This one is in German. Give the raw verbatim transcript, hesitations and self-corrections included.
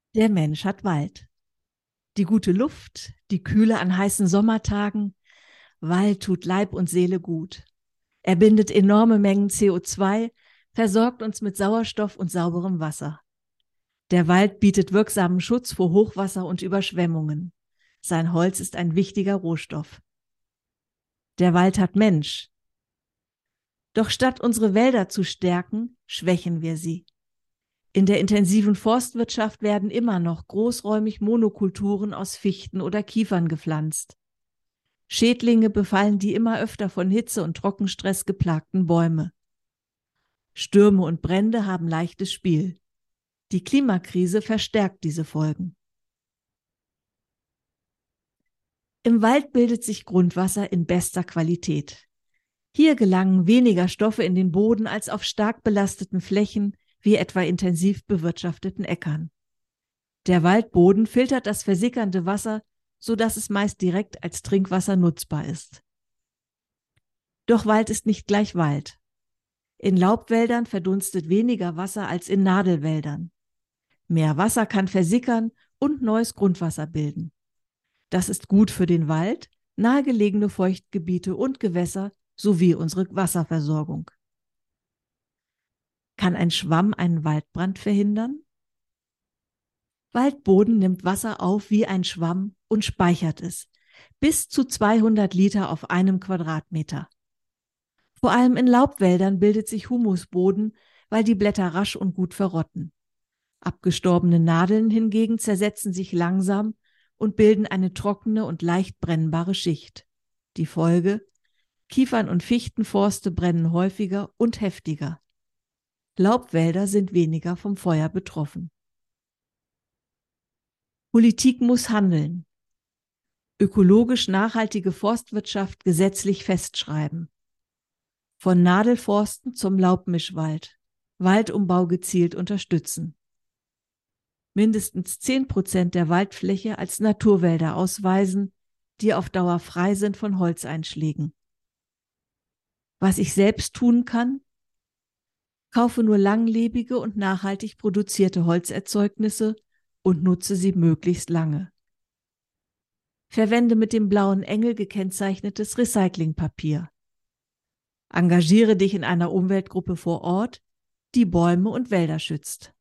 Der Mensch hat Wald. Die gute Luft, die Kühle an heißen Sommertagen. Wald tut Leib und Seele gut. Er bindet enorme Mengen C O zwei, versorgt uns mit Sauerstoff und sauberem Wasser. Der Wald bietet wirksamen Schutz vor Hochwasser und Überschwemmungen. Sein Holz ist ein wichtiger Rohstoff. Der Wald hat Mensch. Doch statt unsere Wälder zu stärken, schwächen wir sie. In der intensiven Forstwirtschaft werden immer noch großräumig Monokulturen aus Fichten oder Kiefern gepflanzt. Schädlinge befallen die immer öfter von Hitze und Trockenstress geplagten Bäume. Stürme und Brände haben leichtes Spiel. Die Klimakrise verstärkt diese Folgen. Im Wald bildet sich Grundwasser in bester Qualität. Hier gelangen weniger Stoffe in den Boden als auf stark belasteten Flächen, wie etwa intensiv bewirtschafteten Äckern. Der Waldboden filtert das versickernde Wasser, sodass es meist direkt als Trinkwasser nutzbar ist. Doch Wald ist nicht gleich Wald. In Laubwäldern verdunstet weniger Wasser als in Nadelwäldern. Mehr Wasser kann versickern und neues Grundwasser bilden. Das ist gut für den Wald, nahegelegene Feuchtgebiete und Gewässer sowie unsere Wasserversorgung. Kann ein Schwamm einen Waldbrand verhindern? Waldboden nimmt Wasser auf wie ein Schwamm und speichert es. Bis zu zweihundert Liter auf einem Quadratmeter. Vor allem in Laubwäldern bildet sich Humusboden, weil die Blätter rasch und gut verrotten. Abgestorbene Nadeln hingegen zersetzen sich langsam und bilden eine trockene und leicht brennbare Schicht. Die Folge: Kiefern- und Fichtenforste brennen häufiger und heftiger. Laubwälder sind weniger vom Feuer betroffen. Politik muss handeln. Ökologisch nachhaltige Forstwirtschaft gesetzlich festschreiben. Von Nadelforsten zum Laubmischwald. Waldumbau gezielt unterstützen. Mindestens zehn Prozent der Waldfläche als Naturwälder ausweisen, die auf Dauer frei sind von Holzeinschlägen. Was ich selbst tun kann: Kaufe nur langlebige und nachhaltig produzierte Holzerzeugnisse und nutze sie möglichst lange. Verwende mit dem blauen Engel gekennzeichnetes Recyclingpapier. Engagiere dich in einer Umweltgruppe vor Ort, die Bäume und Wälder schützt.